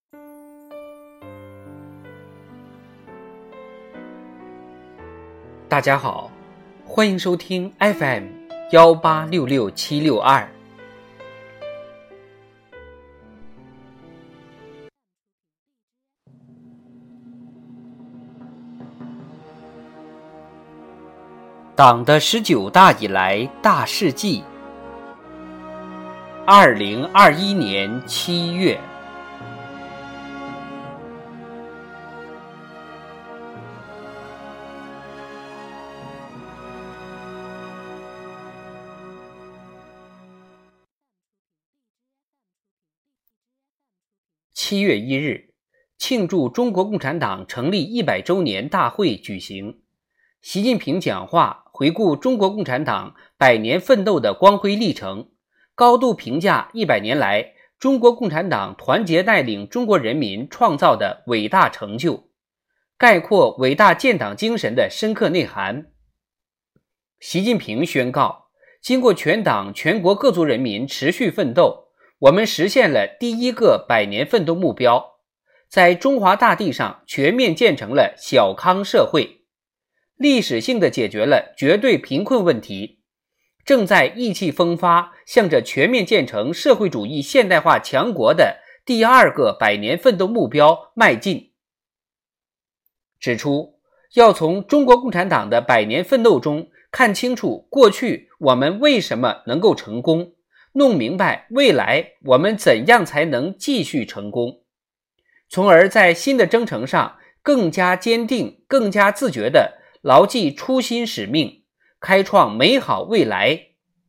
大家好，欢迎收听 FM1866762。党的19大以来大事记。2021年7月。7月1日，庆祝中国共产党成立100周年大会举行。习近平讲话回顾中国共产党100年奋斗的光辉历程，高度评价100年来中国共产党团结带领中国人民创造的伟大成就，概括伟大建党精神的深刻内涵。习近平宣告，经过全党全国各族人民持续奋斗，我们实现了第一个100年奋斗目标，在中华大地上全面建成了小康社会，历史性地解决了绝对贫困问题，正在意气风发向着全面建成社会主义现代化强国的第二个100年奋斗目标迈进。指出，要从中国共产党的100年奋斗中看清楚过去我们为什么能够成功，弄明白未来我们怎样才能继续成功，从而在新的征程上更加坚定、更加自觉地牢记初心使命，开创美好未来。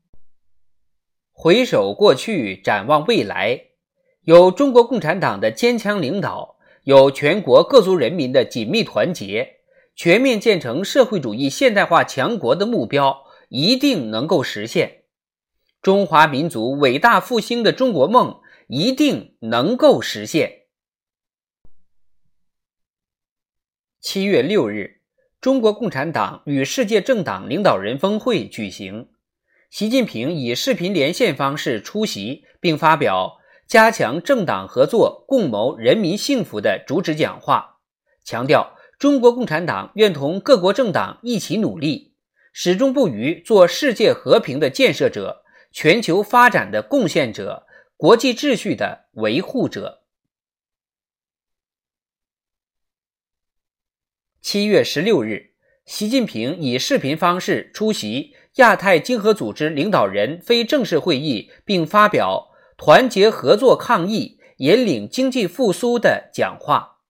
回首过去，展望未来，有中国共产党的坚强领导，有全国各族人民的紧密团结，全面建成社会主义现代化强国的目标一定能够实现。中华民族伟大复兴的中国梦一定能够实现。7月6日，中国共产党与世界政党领导人峰会举行，习近平以视频连线方式出席并发表加强政党合作共谋人民幸福的主旨讲话，强调中国共产党愿同各国政党一起努力，始终不渝做世界和平的建设者、全球发展的贡献者、国际秩序的维护者。7月16日，习近平以视频方式出席亚太经合组织领导人非正式会议并发表团结合作抗疫，引领经济复苏的讲话。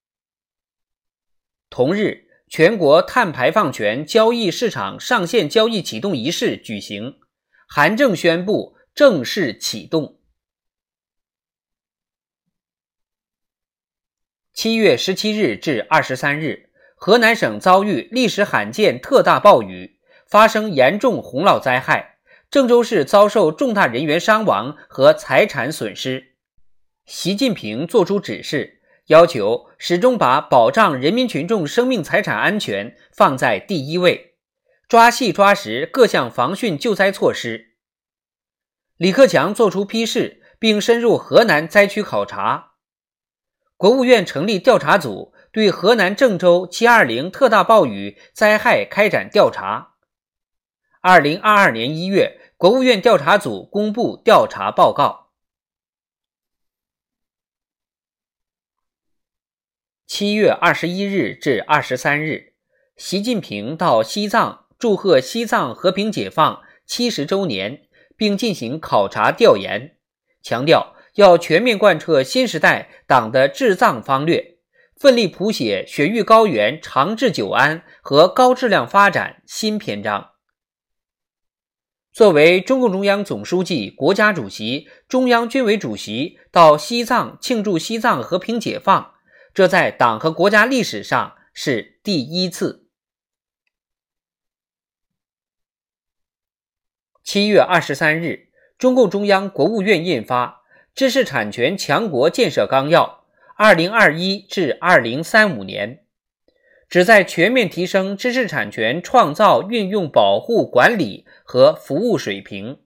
同日，全国碳排放权交易市场上线交易启动仪式举行，韩正宣布正式启动。7月17日至23日，河南省遭遇历史罕见特大暴雨，发生严重洪涝灾害，郑州市遭受重大人员伤亡和财产损失。习近平作出指示，要求始终把保障人民群众生命财产安全放在第一位，抓细抓实各项防汛救灾措施。李克强作出批示，并深入河南灾区考察。国务院成立调查组，对河南郑州720特大暴雨灾害开展调查。2022年1月，国务院调查组公布调查报告。7月21日至23日，习近平到西藏祝贺西藏和平解放70周年，并进行考察调研，强调要全面贯彻新时代党的治藏方略，奋力谱写雪域高原长治久安和高质量发展新篇章。作为中共中央总书记、国家主席、中央军委主席到西藏庆祝西藏和平解放，这在党和国家历史上是第一次。7月23日，中共中央、国务院印发《知识产权强国建设纲要》2021至2035年，旨在全面提升知识产权创造、运用、保护、管理和服务水平。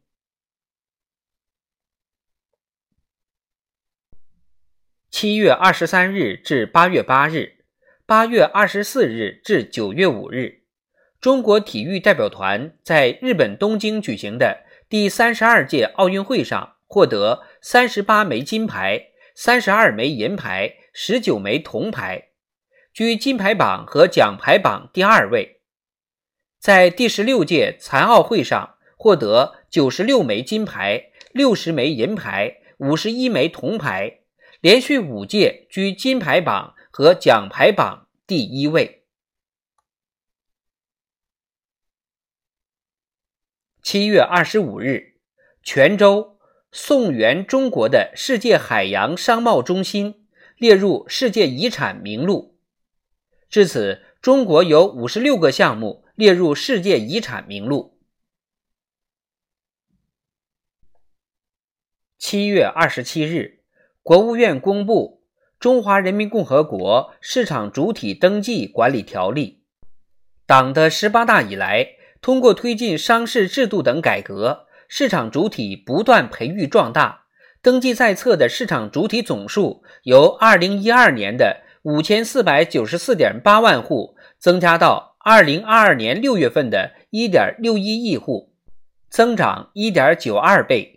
7月23日至8月8日、8月24日至9月5日，中国体育代表团在日本东京举行的第32届奥运会上获得38枚金牌、32枚银牌、19枚铜牌，居金牌榜和奖牌榜第2位。在第16届残奥会上获得96枚金牌、60枚银牌、51枚铜牌，连续5届居金牌榜和奖牌榜第1位。7月25日，泉州宋源中国的世界海洋商贸中心列入世界遗产名录。至此，中国有56个项目列入世界遗产名录。7月27日，国务院公布《中华人民共和国市场主体登记管理条例》。党的18大以来，通过推进商事制度等改革，市场主体不断培育壮大，登记在册的市场主体总数由2012年的5494.8万户增加到2022年6月份的 1.61 亿户，增长 1.92 倍。